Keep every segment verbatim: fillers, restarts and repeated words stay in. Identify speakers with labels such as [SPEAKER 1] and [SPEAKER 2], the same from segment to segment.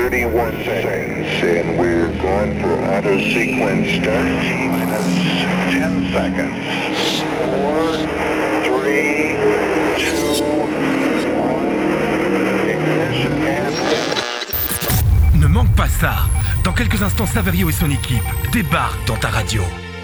[SPEAKER 1] thirty-one seconds, and we're going for auto sequence start. Minus ten seconds. Four, three, two, one. Ignition and...
[SPEAKER 2] Ne manque pas ça. Dans quelques instants, Saverio et son équipe débarquent dans ta radio.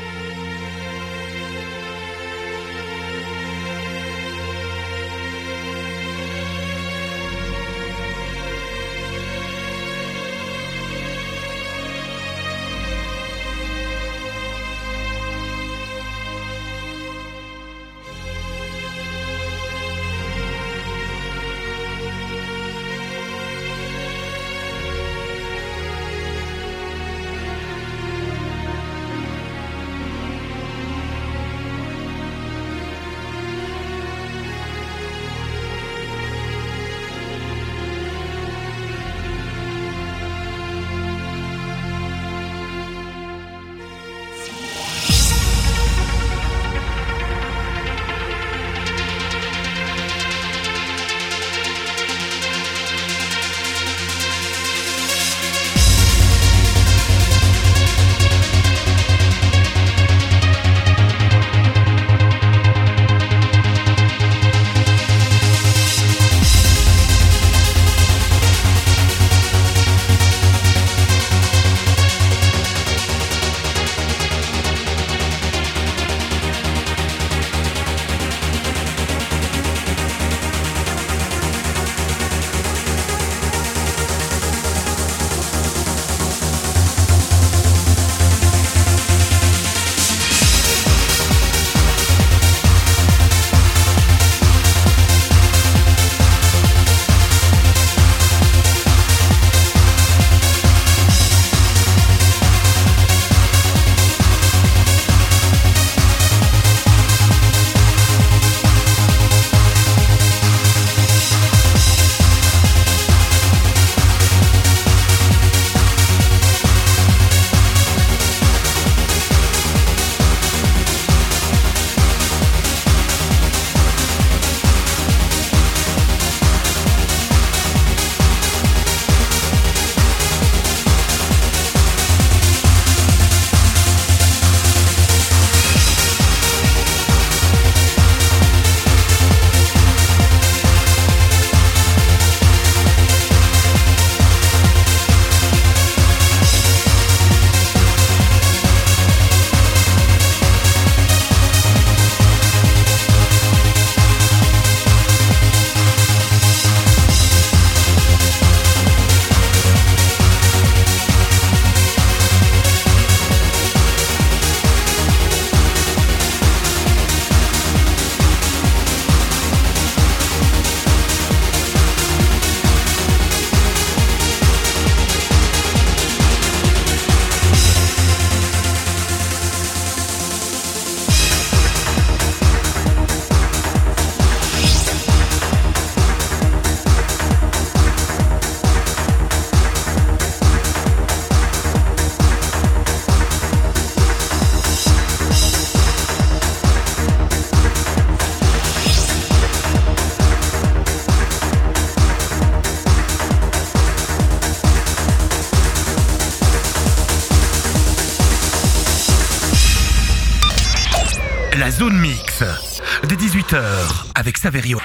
[SPEAKER 2] La Zone Mix, dès dix-huit heures, avec Saverio.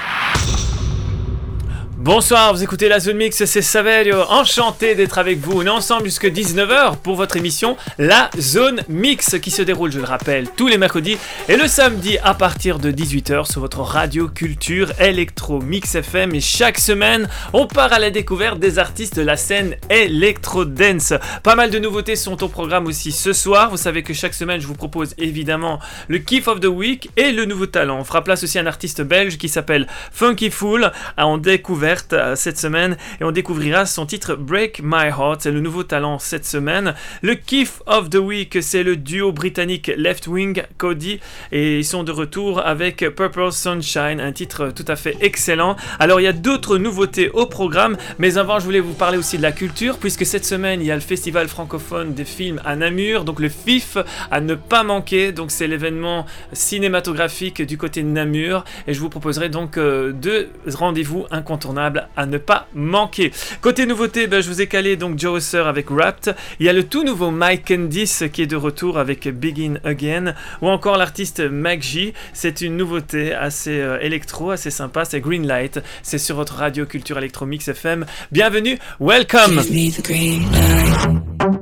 [SPEAKER 3] Bonsoir, vous écoutez la Zone Mix, c'est Saverio, enchanté d'être avec vous. On est ensemble jusqu'à dix-neuf heures pour votre émission La Zone Mix qui se déroule, je le rappelle, tous les mercredis et le samedi à partir de dix-huit heures sur votre radio culture électro Mix F M. Et chaque semaine, on part à la découverte des artistes de la scène électro dance. Pas mal de nouveautés sont au programme aussi ce soir. Vous savez que chaque semaine, je vous propose évidemment le Kiff of the Week et le nouveau talent. On fera place aussi à un artiste belge qui s'appelle Funky Fool en découverte cette semaine et on découvrira son titre Break My Heart. C'est le nouveau talent cette semaine. Le Kiff of the Week, c'est le duo britannique Left Wing Cody et ils sont de retour avec Purple Sunshine, un titre tout à fait excellent. Alors il y a d'autres nouveautés au programme, mais avant je voulais vous parler aussi de la culture puisque cette semaine il y a le festival francophone des films à Namur, donc le F I F à ne pas manquer. Donc c'est l'événement cinématographique du côté de Namur et je vous proposerai donc euh, deux rendez-vous incontournables incontournable à ne pas manquer. Côté nouveauté, ben, je vous ai calé donc Joe Husser avec Wrapped. Il y a le tout nouveau Mike Candice qui est de retour avec Begin Again, ou encore l'artiste Mac G. C'est une nouveauté assez euh, électro, assez sympa, c'est Greenlight. C'est sur votre radio Culture Electro Mix F M. Bienvenue, welcome.
[SPEAKER 4] Give me the green light.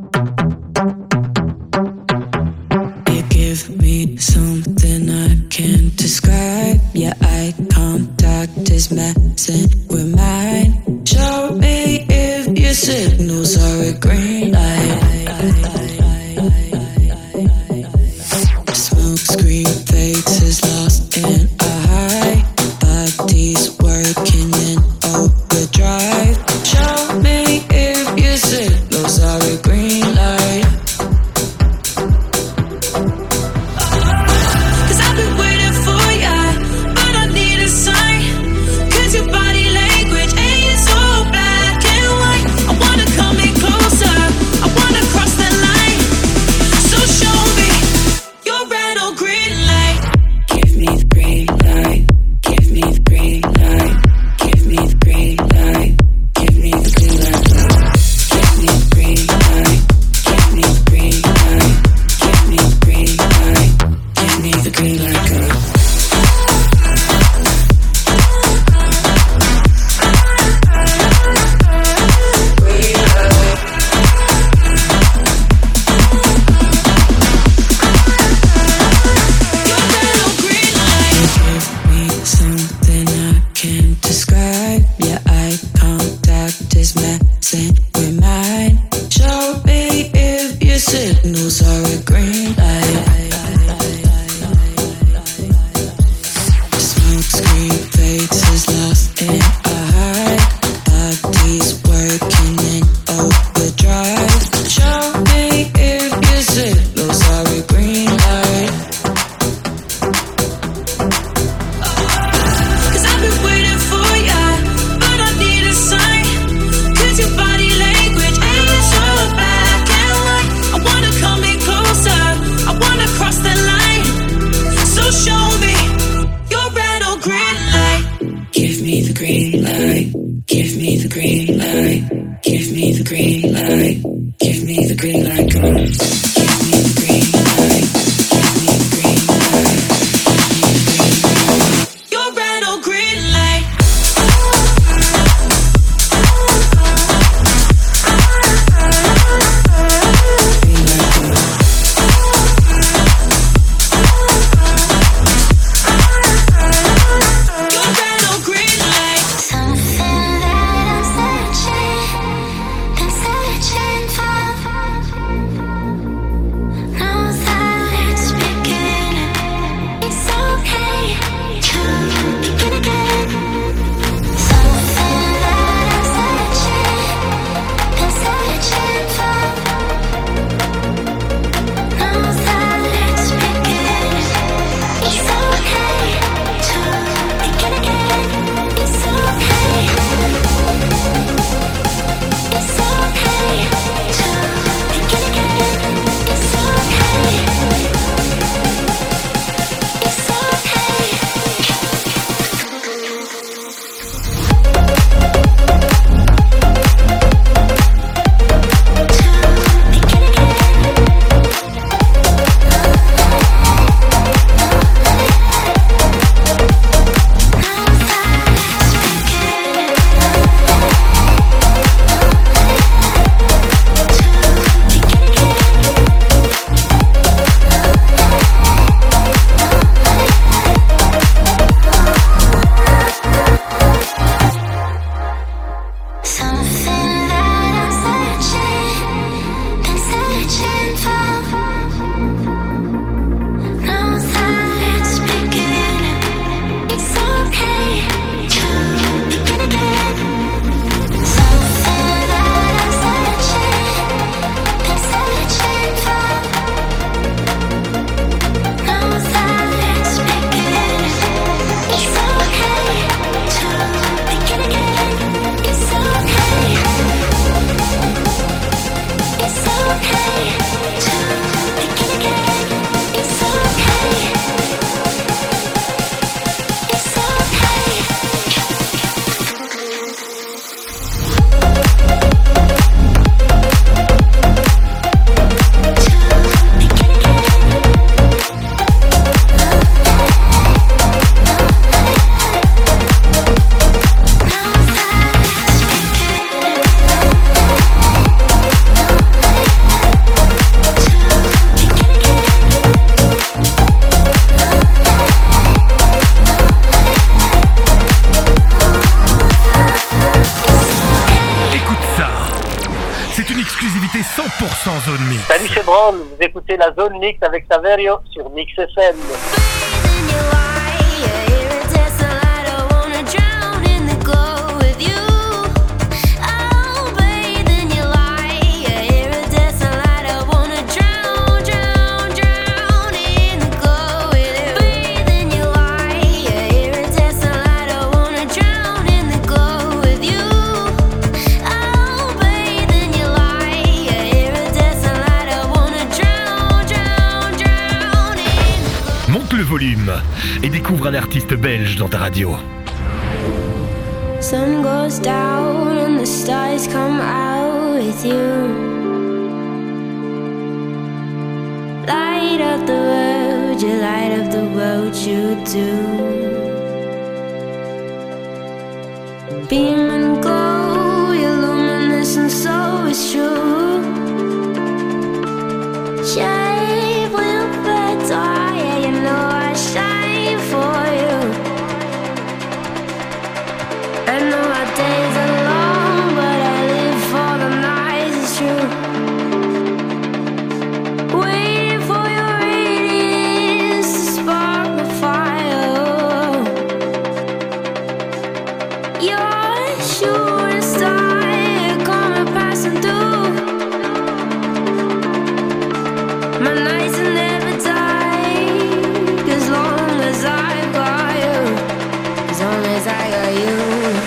[SPEAKER 4] You give me something I can't describe. Your eye contact is messing with mine. Show me if your signals are a green light. Smoke screen fades is lost in a high. Body's working in overdrive. Show me if your signals are a green light. Cause I've been waiting for ya, but I need a sign. Cause your body language ain't so black and white. I wanna come in closer, I wanna cross the line. So show me your red or green light. Give me the green light. Give me the green light. Give me the green light. Give me the green light. Give me the green light. Give me the green light. Give me the green light. Give me the green light, girl. Something I can't describe. Your eye contact is messing with mine. Show me if your signals are a green light. Smoke screen fades is lost in a high. Body's working in overdrive. Show me if your signals are a green light. Cause I've been waiting for ya, but I need a sign. Cause your body language ain't so black and white. I wanna come in closer, I wanna cross the line. So show me your red or green light. Give me the green light. Give me the green light. Give me the green light. Give me the green light, girl. Give me the green light. Give me the green light. Give me the green light. Your red or green light. Green light, girl. Your red or green light.
[SPEAKER 5] Something that I'm searching, I'm searching.
[SPEAKER 2] exclusivité cent pour cent Zone Mix.
[SPEAKER 5] Salut, c'est Brawl, vous écoutez la Zone Mix avec Saverio sur Mix F M.
[SPEAKER 2] Volume et découvre un artiste belge dans ta radio.
[SPEAKER 6] Sun goes down and the stars come out with you. Light up the world, you light up the world, you do. Beam and glow, you're luminous and so is true. Shape will better, yeah, you know I shine for you. I know our days are long, but I live for the night, it's true. Waiting for your radiance to spark the fire. You're a shooting star, you're coming passing through. My nights will never die, as long as I got you, as long as I got you.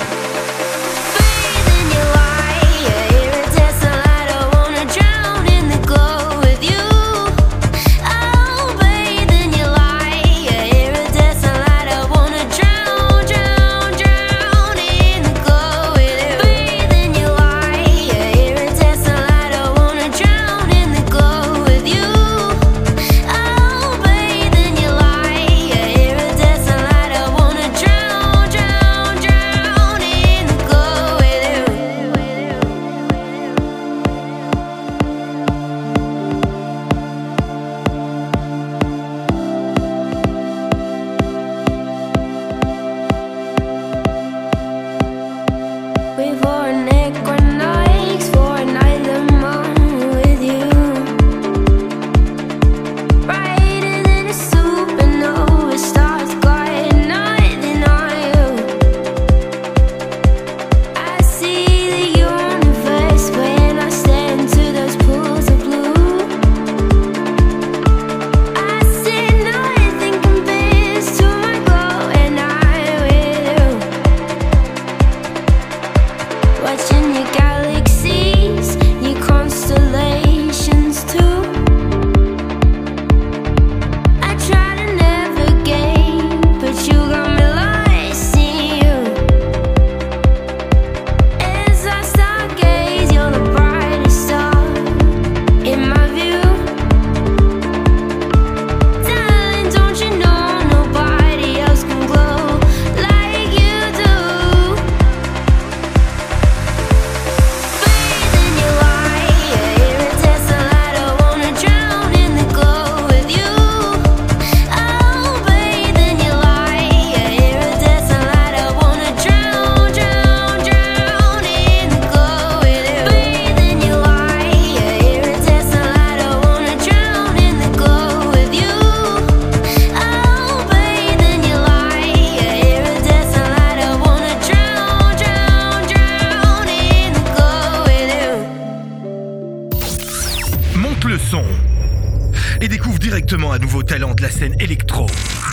[SPEAKER 2] Et découvre directement un nouveau talent de la scène électro.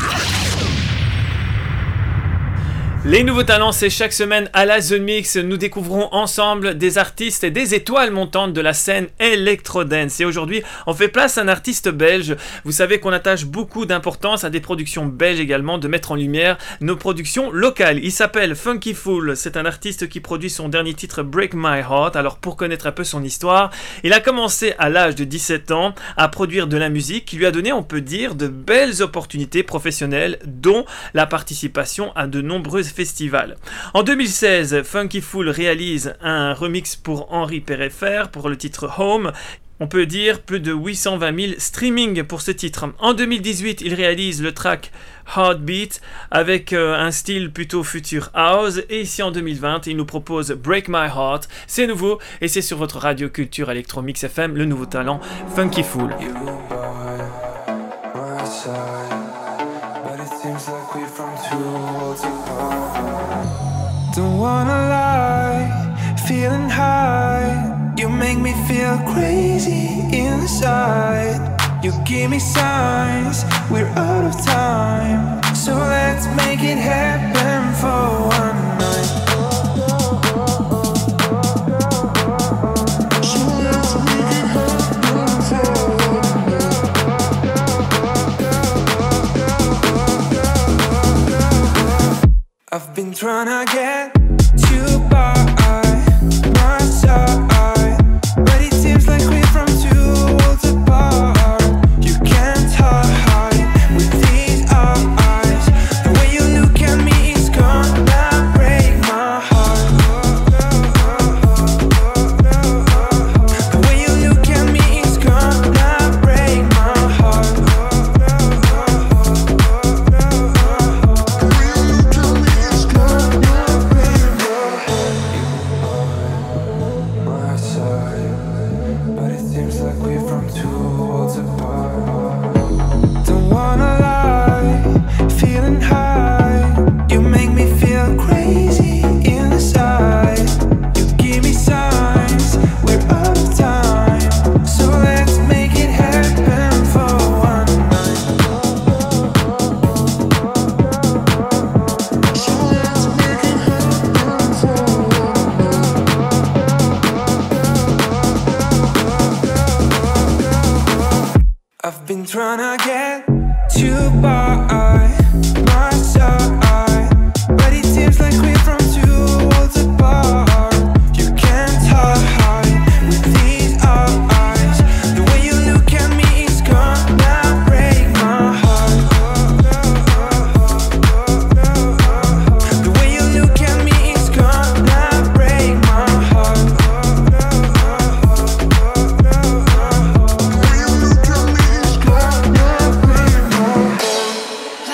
[SPEAKER 3] Les nouveaux talents, c'est chaque semaine à la Zone Mix. Nous découvrons ensemble des artistes et des étoiles montantes de la scène électro-dance. Et aujourd'hui, on fait place à un artiste belge. Vous savez qu'on attache beaucoup d'importance à des productions belges également, de mettre en lumière nos productions locales. Il s'appelle Funky Fool. C'est un artiste qui produit son dernier titre Break My Heart. Alors pour connaître un peu son histoire, il a commencé à l'âge de dix-sept ans à produire de la musique qui lui a donné, on peut dire, de belles opportunités professionnelles, dont la participation à de nombreuses festival. En deux mille seize, Funky Fool réalise un remix pour Henri Perefer pour le titre Home, On peut dire plus de huit cent vingt mille streamings pour ce titre. En deux mille dix-huit, il réalise le track Heartbeat avec euh, un style plutôt future house. Et ici en deux mille vingt, il nous propose Break My Heart. C'est nouveau et c'est sur votre radio culture Electro Mix F M, le nouveau talent Funky Fool.
[SPEAKER 7] Don't wanna lie, feeling high. You make me feel crazy inside. You give me signs, we're out of time. So let's make it happen for one night. So let's make it happen for one night. I've been trying to get you by my side. Trying to get you by my side, but it seems like we're from two worlds apart. You can't hide with these eyes. The way you look at me is gonna break my heart. The way you look at me is gonna break my heart. The way you look at me is gonna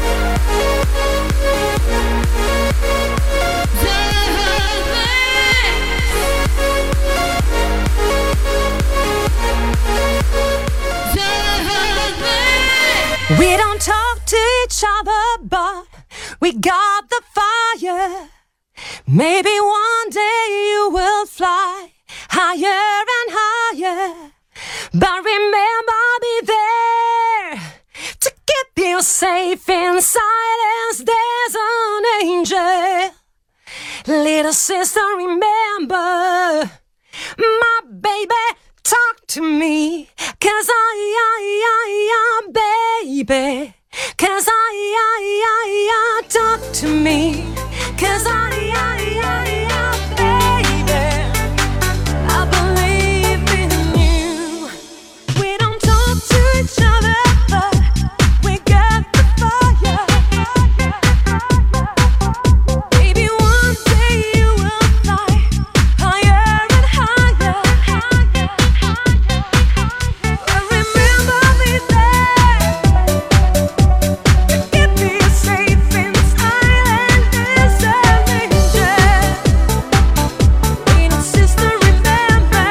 [SPEAKER 8] We don't talk to each other, but we got the fire. Maybe one day you will fly higher and higher. But remember, I'll be there to keep you safe in silence. There's an angel. Little sister, remember, my baby, talk to me. Cause I, I, I, I, baby. Cause I, I, I, I, talk to me. Cause I, I, I, I, baby, I believe in you. We don't talk to each other, but we got the fire. Maybe one day you will fly higher and higher. But remember me there to keep me safe in silence. There's an angel. Little sister, remember,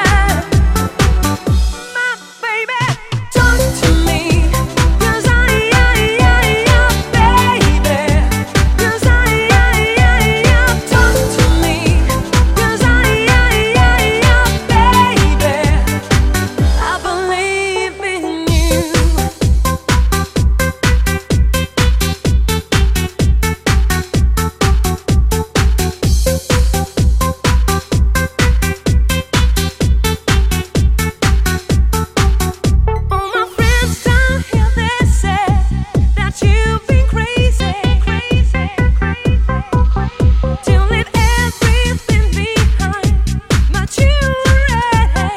[SPEAKER 8] my baby, talk to me. Cause I, I, I, I, baby. Cause I, I, I, I, talk to me. Cause I, I, I, I, baby, I believe in you. All my friends down here, they say that you've been crazy, crazy, crazy. To leave everything behind, but you ready.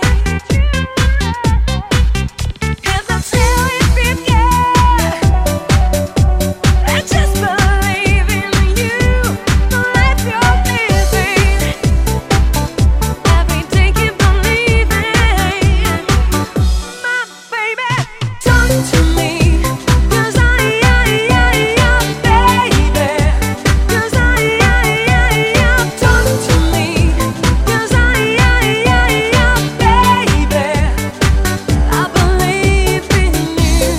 [SPEAKER 8] If I tell you it, yeah, I just believe in you. The life you're living, every day keep believing. My baby, talk to me. Cause I, I, I, I, baby. Cause I, I, I, I, talk to me. Cause I, I, I, I, baby, I believe in you.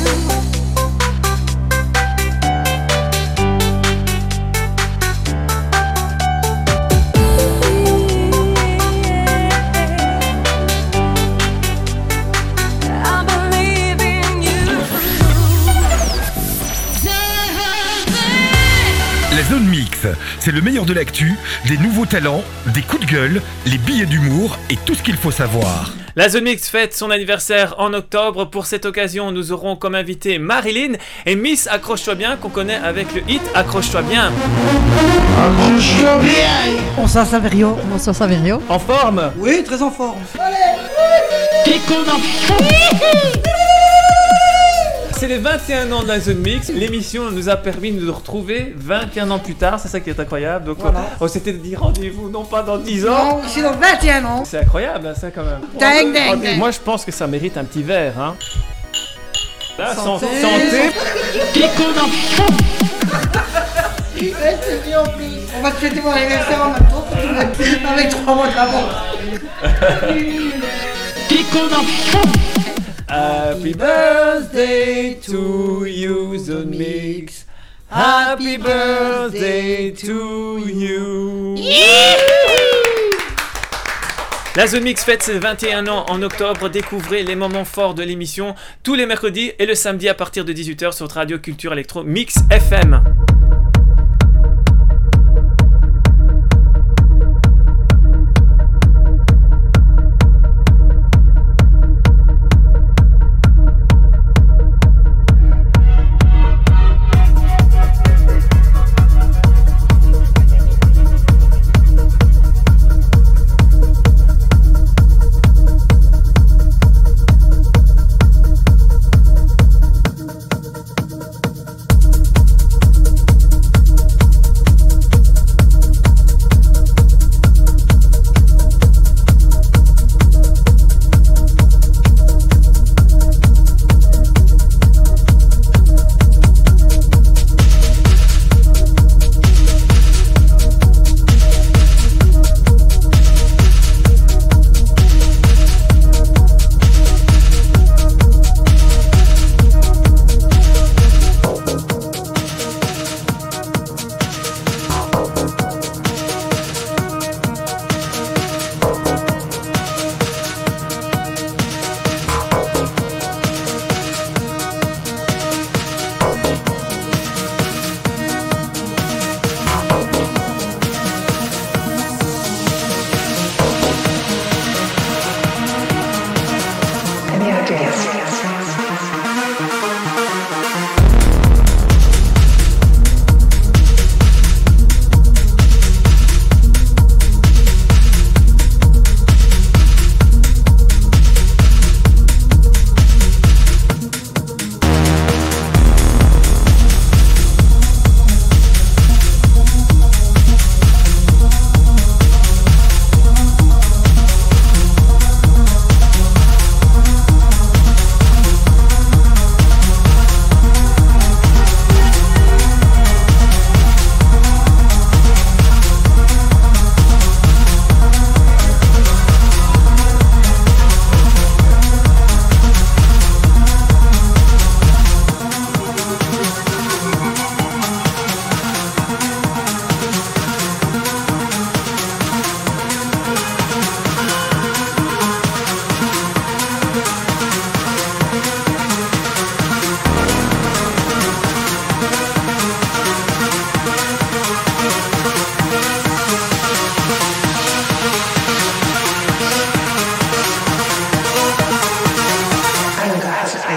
[SPEAKER 8] I believe in you.
[SPEAKER 2] La zone mix, c'est le meilleur de l'actu, des nouveaux talents, des coups de gueule, les billets d'humour et tout ce qu'il faut savoir.
[SPEAKER 3] La Zone Mix fête son anniversaire en octobre. Pour cette occasion, nous aurons comme invité Marilyn et Miss Accroche-toi bien qu'on connaît avec le hit Accroche-toi bien.
[SPEAKER 9] Bonsoir Saverio. Bonsoir Saverio.
[SPEAKER 3] En forme?
[SPEAKER 9] Oui, très en forme.
[SPEAKER 3] C'est les vingt et un ans de la Zone Mix. L'émission nous a permis de nous retrouver vingt et un ans plus tard. C'est ça qui est incroyable. Donc,
[SPEAKER 9] Voilà.
[SPEAKER 3] on, on s'était dit rendez-vous non pas dans dix ans.
[SPEAKER 9] Non, c'est dans vingt et un ans.
[SPEAKER 3] C'est incroyable, hein, ça quand même.
[SPEAKER 9] Ding, ding, ding.
[SPEAKER 3] Moi, je pense que ça mérite un petit verre. Hein. Là,
[SPEAKER 9] Santé.
[SPEAKER 3] san- santé.
[SPEAKER 9] Ouais, c'est bien en plus. On va te fêter mon anniversaire en même temps. Tu vas te avec trois mois d'avance.
[SPEAKER 3] Happy birthday to you, Zone Mix. Happy birthday to you. La Zone Mix fête ses vingt et un ans en octobre. Découvrez les moments forts de l'émission tous les mercredis et le samedi à partir de dix-huit heures sur Radio Culture Electro Mix F M.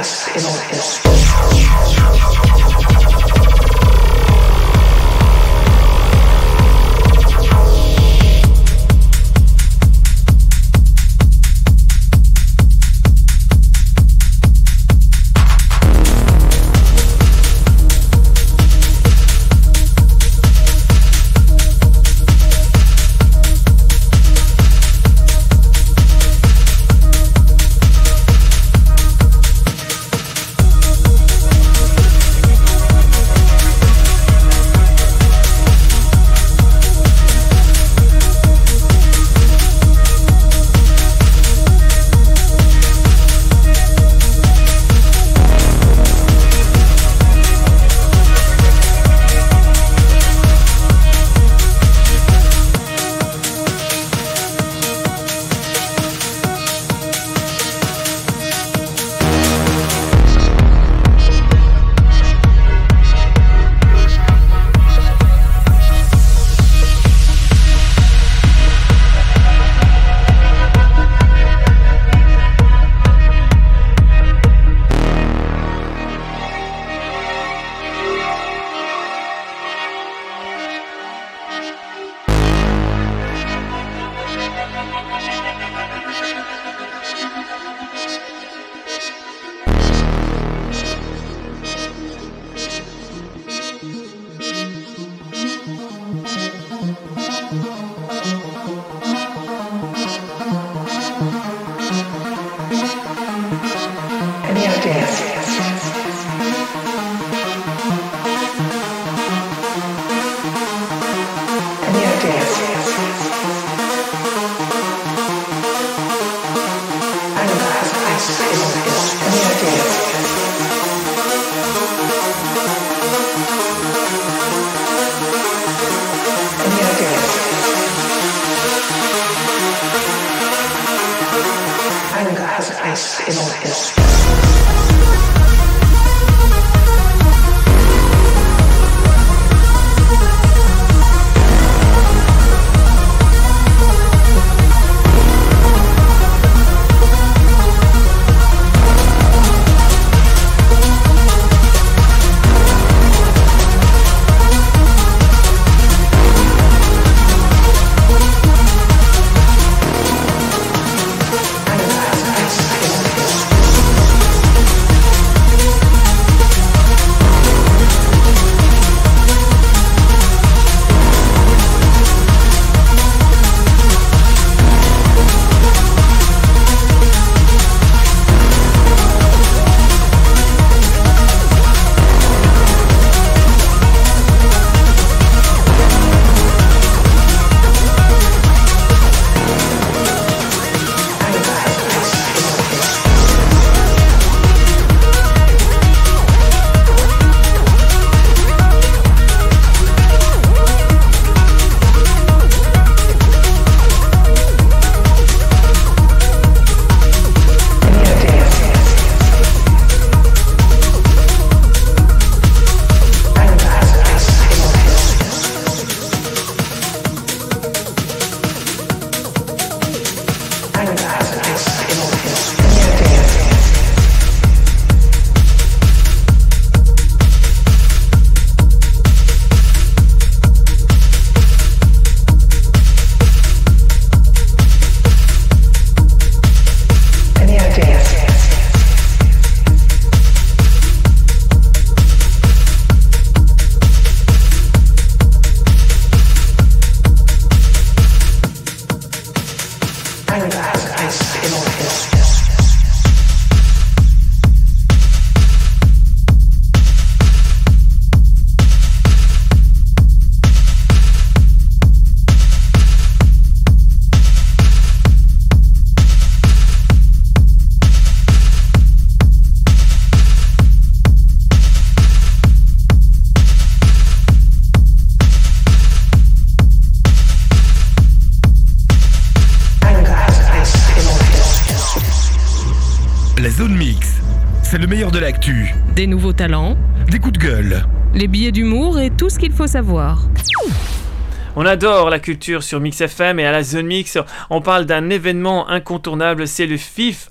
[SPEAKER 10] place in all this.
[SPEAKER 2] Zone Mix, c'est le meilleur de l'actu.
[SPEAKER 11] Des nouveaux talents,
[SPEAKER 2] des coups de gueule,
[SPEAKER 11] les billets d'humour et tout ce qu'il faut savoir.
[SPEAKER 3] On adore la culture sur Mix F M et à la Zone Mix, on parle d'un événement incontournable, c'est le Fifth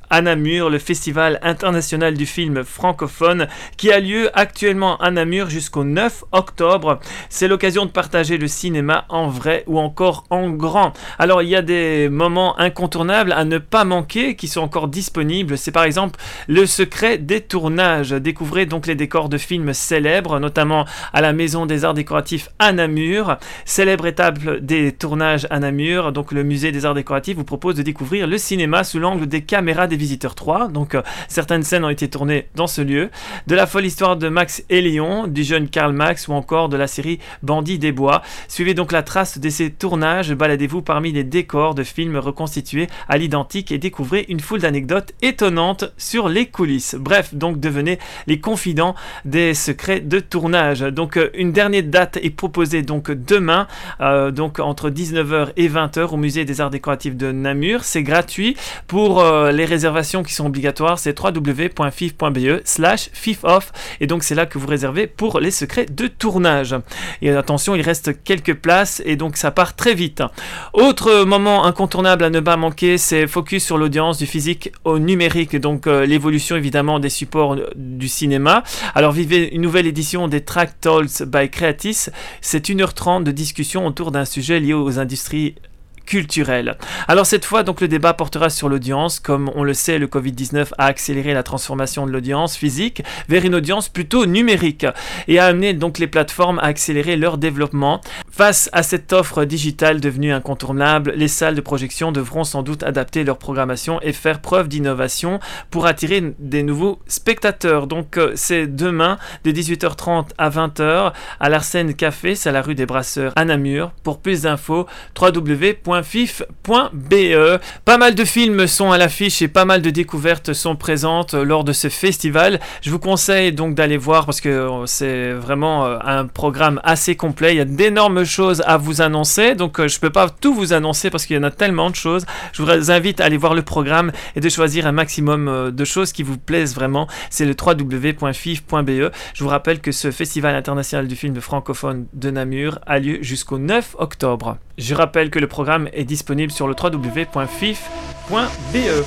[SPEAKER 3] à Namur, le festival international du film francophone qui a lieu actuellement à Namur jusqu'au neuf octobre. C'est l'occasion de partager le cinéma en vrai ou encore en grand. Alors il y a des moments incontournables à ne pas manquer qui sont encore disponibles. C'est par exemple le secret des tournages. Découvrez donc les décors de films célèbres, notamment à la Maison des Arts Décoratifs à Namur. Célèbre étape des tournages à Namur. Donc le musée des Arts Décoratifs vous propose de découvrir le cinéma sous l'angle des caméras des Visiteurs trois. Donc euh, certaines scènes ont été tournées dans ce lieu. De la folle histoire de Max et Léon, du jeune Karl Max ou encore de la série Bandits des Bois. Suivez donc la trace de ces tournages, baladez-vous parmi les décors de films reconstitués à l'identique et découvrez une foule d'anecdotes étonnantes sur les coulisses. Bref, donc devenez les confidents des secrets de tournage. Donc euh, une dernière date est proposée donc demain, euh, donc entre dix-neuf heures et vingt heures au musée des Arts Décoratifs de Namur. C'est gratuit. Pour euh, les réservations qui sont obligatoires, c'est w w w point f i f point b e slash fifoff et donc c'est là que vous réservez pour les secrets de tournage. Et attention, il reste quelques places et donc ça part très vite. Autre moment incontournable à ne pas manquer, c'est focus sur l'audience du physique au numérique, donc euh, l'évolution évidemment des supports du cinéma. Alors vivez une nouvelle édition des Track Talks by Creatis. C'est une heure trente de discussion autour d'un sujet lié aux industries culturel. Alors cette fois, donc le débat portera sur l'audience. Comme on le sait, le covid dix-neuf a accéléré la transformation de l'audience physique vers une audience plutôt numérique et a amené donc les plateformes à accélérer leur développement. Face à cette offre digitale devenue incontournable, les salles de projection devront sans doute adapter leur programmation et faire preuve d'innovation pour attirer des nouveaux spectateurs. Donc euh, c'est demain de dix-huit heures trente à vingt heures à l'Arsène Café, c'est à la rue des Brasseurs à Namur. Pour plus d'infos, w w w point f i f point b e. Pas mal de films sont à l'affiche et pas mal de découvertes sont présentes lors de ce festival. Je vous conseille donc d'aller voir parce que c'est vraiment un programme assez complet. Il y a d'énormes choses à vous annoncer, donc je peux pas tout vous annoncer parce qu'il y en a tellement de choses. Je vous invite à aller voir le programme et de choisir un maximum de choses qui vous plaisent vraiment. C'est le w w w point f i f point b e. Je vous rappelle que ce festival international du film francophone de Namur a lieu jusqu'au neuf octobre. Je rappelle que le programme est disponible sur le w w w point f i f point b e.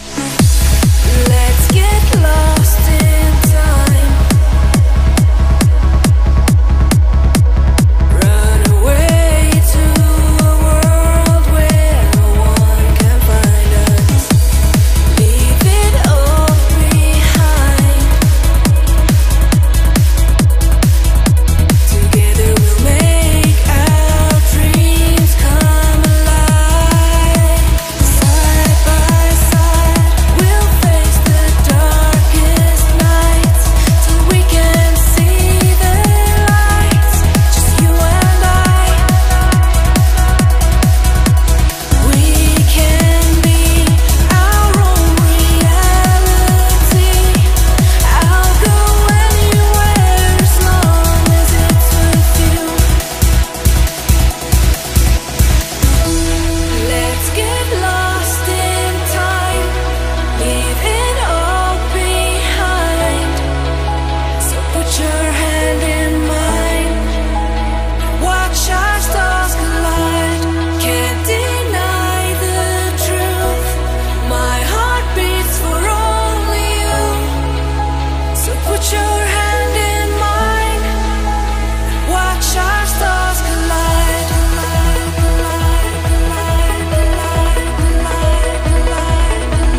[SPEAKER 4] Let's get lost in time. Run away to a world where no one can find us. Leave it all behind. Together we'll make our dreams come alive. Side by side, we'll face the darkest nights till we can see the lights. Just you and I. We can be our own reality. I'll go anywhere as long as it's with you. Let's get lost in time, leave it all behind. So put your hand in mine, watch our stars collide. Can't deny the truth, my heart beats for only you. So put your hand in mine, watch our stars collide. Collide, collide, collide, collide, collide, collide,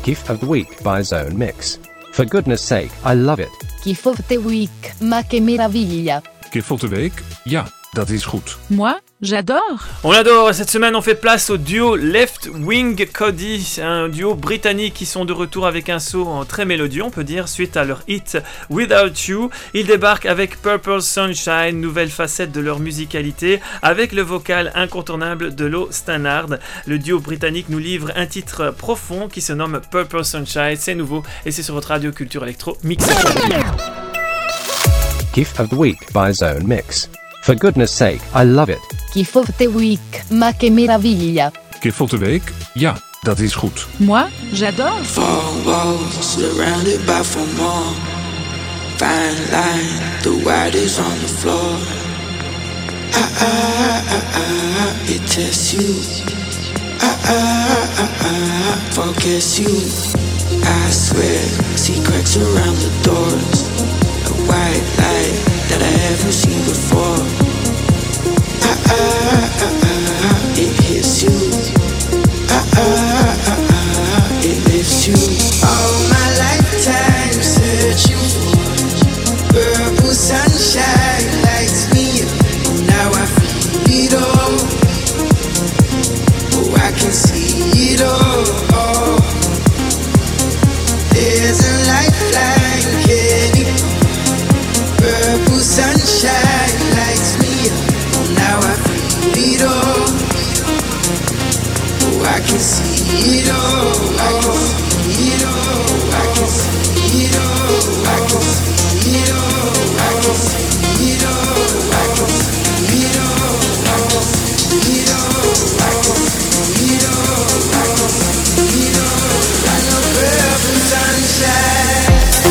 [SPEAKER 10] Gift of the Week by Zone Mix. For goodness sake, I love it.
[SPEAKER 12] Gift of the Week, ma che meraviglia.
[SPEAKER 13] Gift of the Week, ja, dat is goed.
[SPEAKER 11] Moi, j'adore.
[SPEAKER 3] On l'adore. Cette semaine, on fait place au duo Left Wing Cody, un duo britannique qui sont de retour avec un saut très mélodieux, on peut dire, suite à leur hit Without You. Ils débarquent avec Purple Sunshine, nouvelle facette de leur musicalité, avec le vocal incontournable de Lo Stannard. Le duo britannique nous livre un titre profond qui se nomme Purple Sunshine. C'est nouveau et c'est sur votre radio Culture Electro Mix.
[SPEAKER 10] Gift of the Week by Zone Mix. For goodness sake, I love it.
[SPEAKER 12] Gift of the Week, ma che meraviglia.
[SPEAKER 13] Gift of the Week, ja, dat is goed.
[SPEAKER 11] Moi, j'adore.
[SPEAKER 14] Four walls surrounded by four more. Fine line, the white is on the floor. Ah ah ah ah, it tests you. Ah ah ah ah, focus you. I swear, see cracks around the doors. A white light that I haven't seen before. Ah ah ah ah, it hits you. Ah ah ah ah, it lifts you. All my lifetime searching for purple sunshine lights me up. Now I feel it all. Oh, I can see it all. There's a lifeline, can it? Purple sunshine lights me up. Now I feel it all. Oh, I can see it all. I can see it all. I can see it all. I can see it all. I can see it all. I can see it all. I can see it all. I can see it all. I can see it all. I know purple sunshine.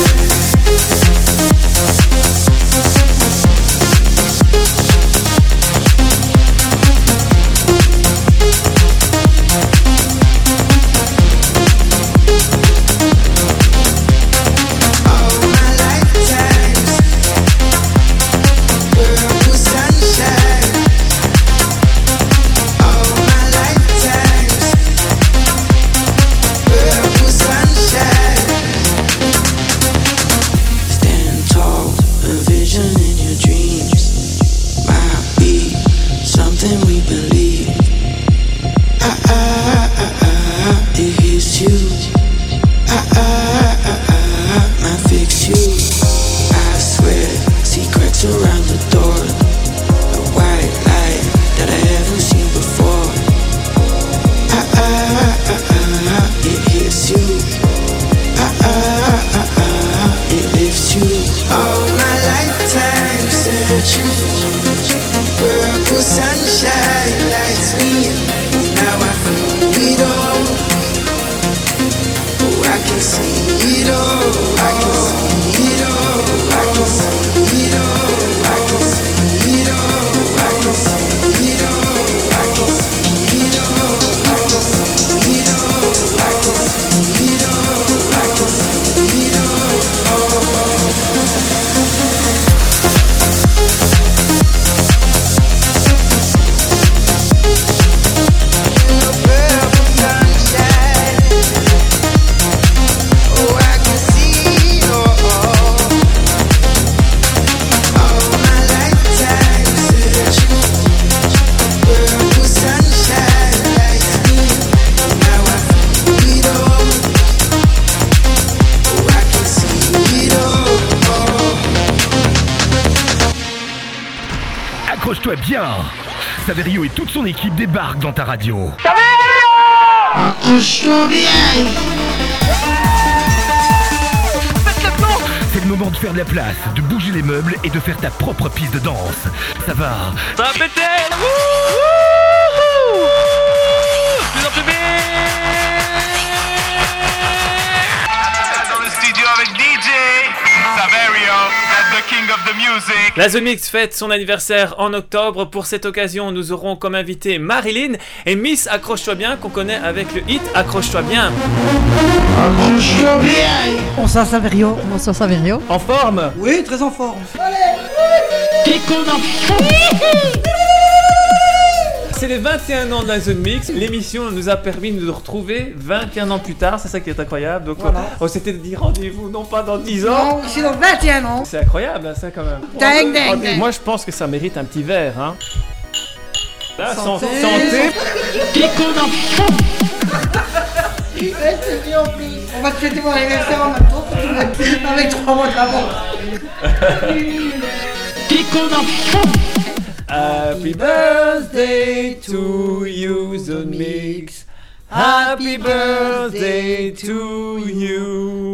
[SPEAKER 2] Accroche-toi bien. Saverio et toute son équipe débarquent dans ta radio.
[SPEAKER 9] Accroche-toi bien.
[SPEAKER 2] C'est le moment de faire de la place, de bouger les meubles et de faire ta propre piste de danse. Ça va.
[SPEAKER 3] Ça va péter. Plus en plus vite.
[SPEAKER 15] Dans le studio avec D J Saverio, that's the king of the music.
[SPEAKER 3] La Zone Mix fête son anniversaire en octobre. Pour cette occasion, nous aurons comme invité Marilyn et Miss Accroche-toi bien qu'on connaît avec le hit Accroche-toi bien.
[SPEAKER 9] Accroche-toi bien.
[SPEAKER 16] Bonsoir Saverio. Bonsoir Saverio.
[SPEAKER 3] En forme?
[SPEAKER 9] Oui, très en forme.
[SPEAKER 16] Allez. T'es qu'on en
[SPEAKER 3] c'est les vingt et un ans de la Zone Mix. L'émission nous a permis de nous retrouver vingt et un ans plus tard. C'est ça qui est incroyable. Donc,
[SPEAKER 9] Voilà.
[SPEAKER 3] on, on s'était dit rendez-vous non pas dans dix ans.
[SPEAKER 9] Non, c'est dans vingt et un ans.
[SPEAKER 3] C'est incroyable, hein, ça quand même.
[SPEAKER 9] Ding, ding,
[SPEAKER 3] Rendez-
[SPEAKER 9] ding.
[SPEAKER 3] Moi, je pense que ça mérite un petit verre. Hein. Là,
[SPEAKER 9] Santé.
[SPEAKER 3] santé. santé.
[SPEAKER 9] Ouais, c'est bien en plus. On va te fêter mon anniversaire en même temps, avec trois mois d'avance.
[SPEAKER 3] Happy birthday to you, Zone Mix. Happy birthday to you.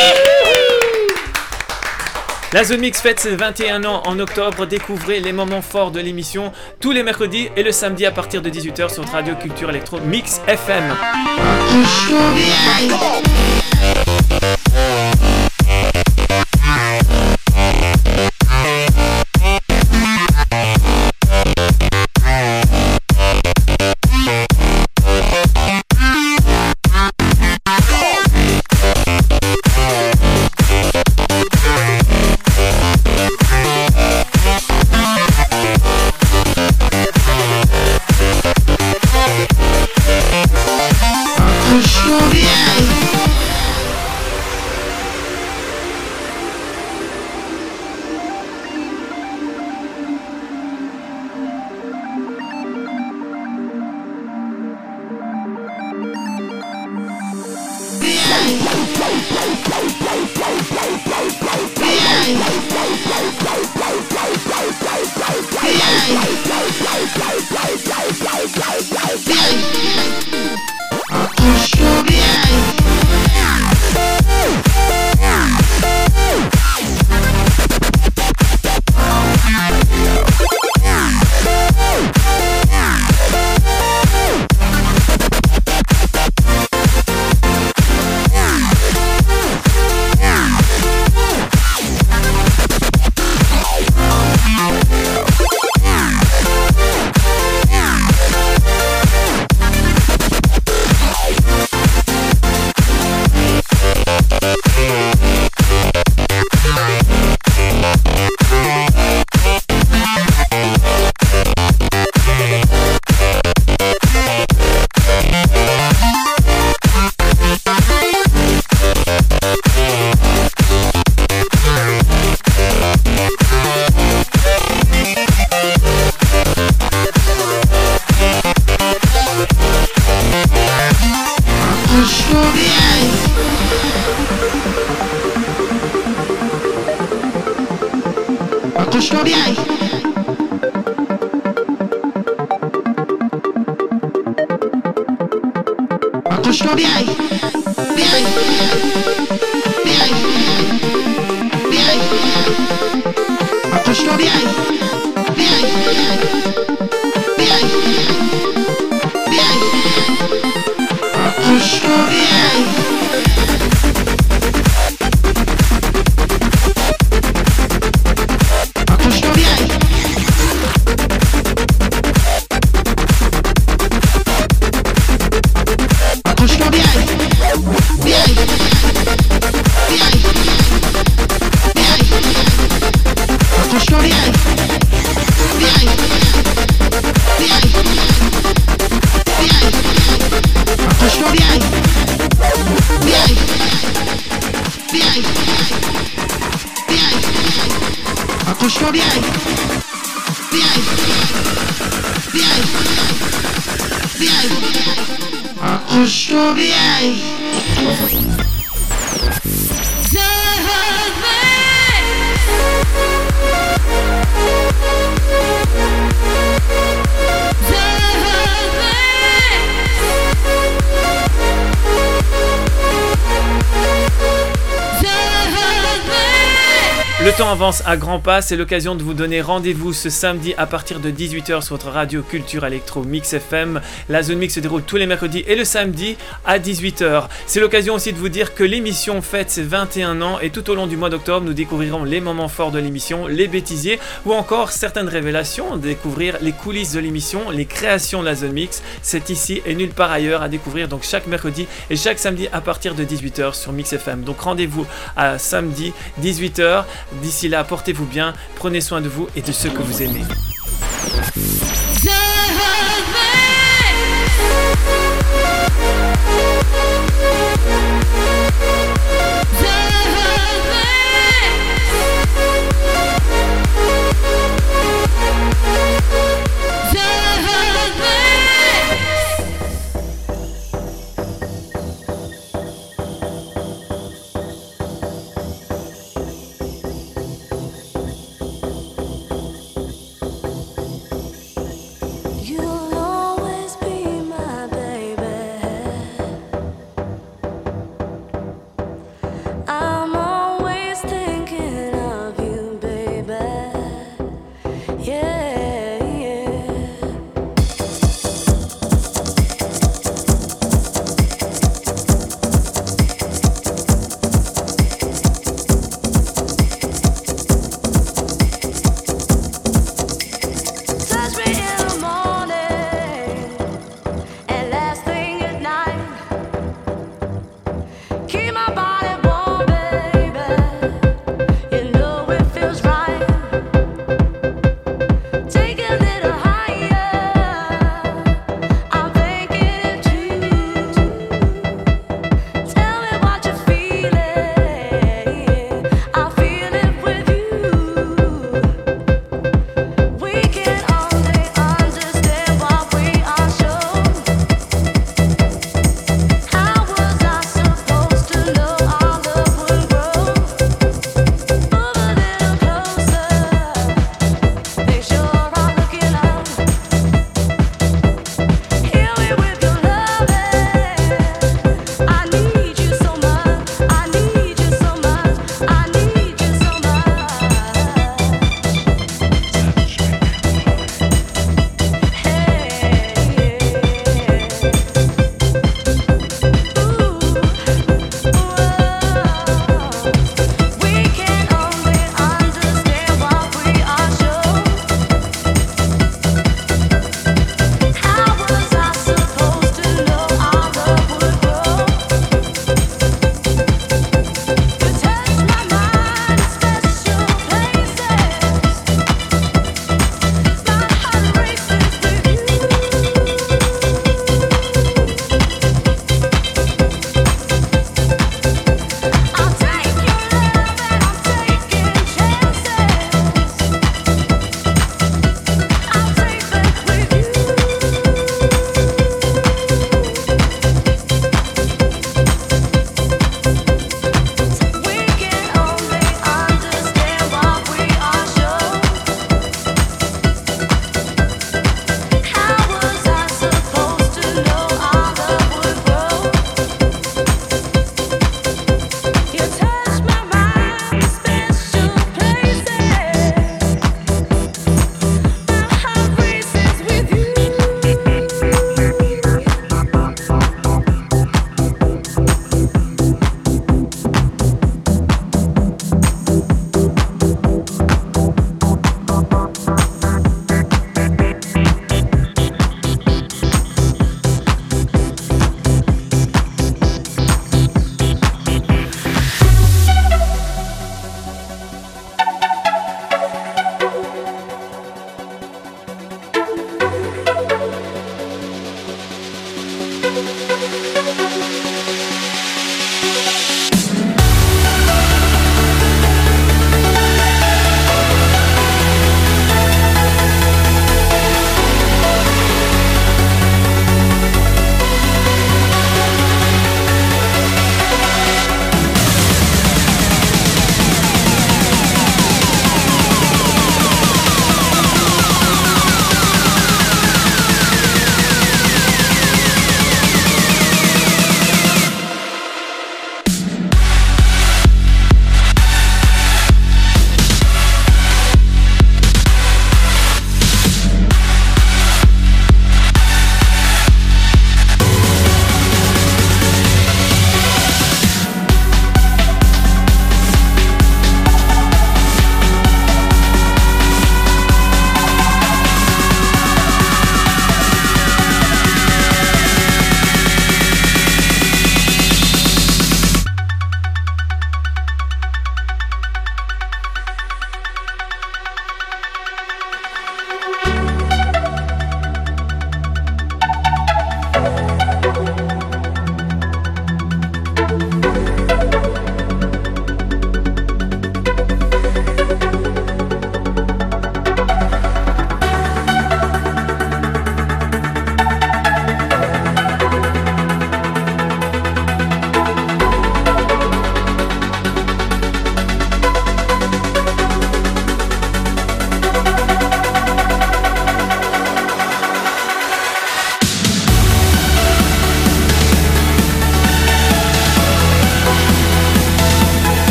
[SPEAKER 3] La Zone Mix fête ses vingt et un ans en octobre. Découvrez les moments forts de l'émission tous les mercredis et le samedi à partir de dix-huit heures sur Radio Culture Electro Mix F M.
[SPEAKER 14] Accroche-toi bien. Accroche-toi bien. Bien. Bien. Bien. Accroche-toi bien. Bien. Bien. Bien. Accroche-toi bien. Accroche-toi bien. Accroche-toi bien. Bien. Bien. Bien. Accroche-toi bien. Bien. Bien. Bien. Accroche-toi bien. Bien. Bien. Bien. Accroche-toi bien. Bien. Bien. Bien. Accroche-toi bien.
[SPEAKER 3] Le temps avance à grands pas, c'est l'occasion de vous donner rendez-vous ce samedi à partir de dix-huit heures sur votre radio Culture Electro Mix F M. La Zone Mix se déroule tous les mercredis et le samedi à dix-huit heures. C'est l'occasion aussi de vous dire que l'émission fête ses vingt et un ans et tout au long du mois d'octobre, nous découvrirons les moments forts de l'émission, les bêtisiers ou encore certaines révélations, découvrir les coulisses de l'émission, les créations de la Zone Mix. C'est ici et nulle part ailleurs à découvrir donc chaque mercredi et chaque samedi à partir de dix-huit heures sur Mix F M. Donc rendez-vous à samedi dix-huit heures. D'ici là, portez-vous bien, prenez soin de vous et de ceux que vous aimez.
[SPEAKER 4] Love
[SPEAKER 6] You'll always be my baby.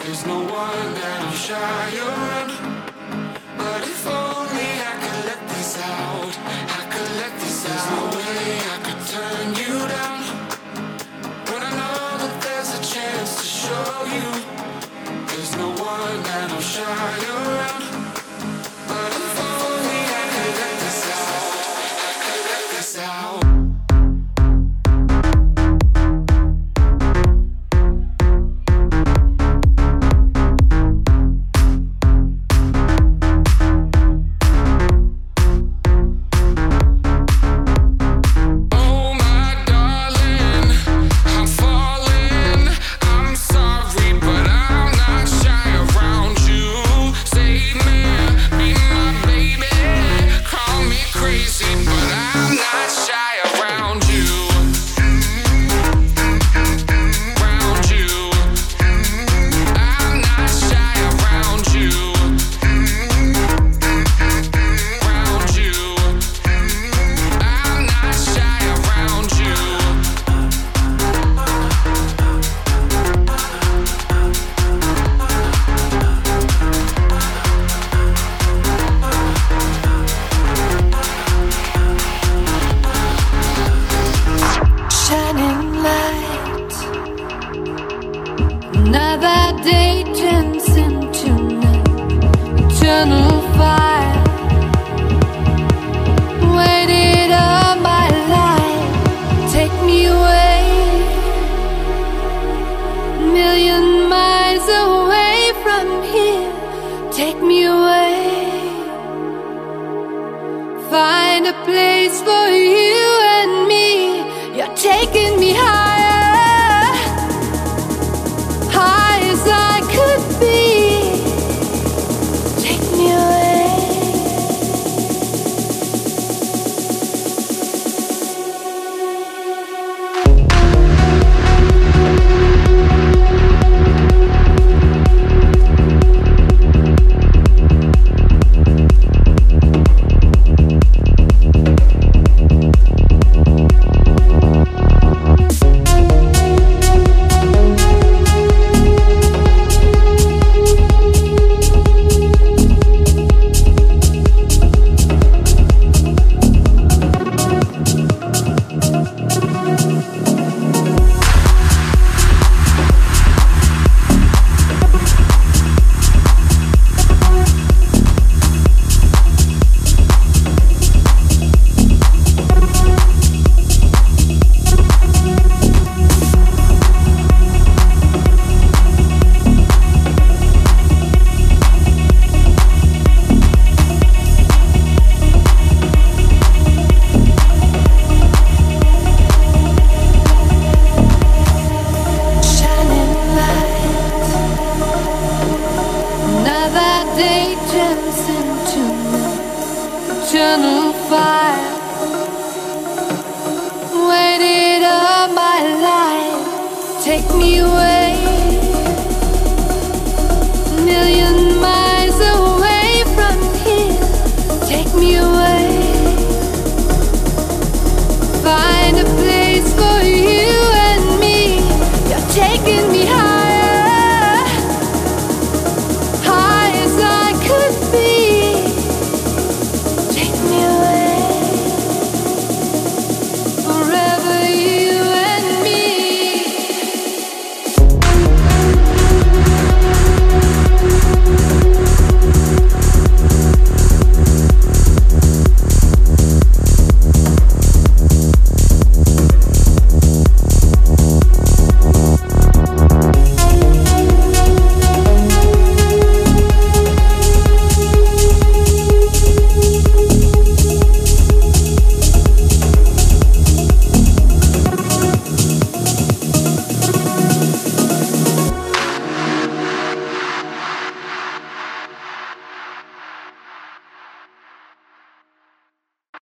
[SPEAKER 14] There's no one that I'm shy around. But if only I could let this out, I could let this out. There's no way I could turn you down. When I know that there's a chance to show you. There's no one that I'm shy around. But if only I could let this out, I could let this out.
[SPEAKER 6] Find a place for you and me. You're taking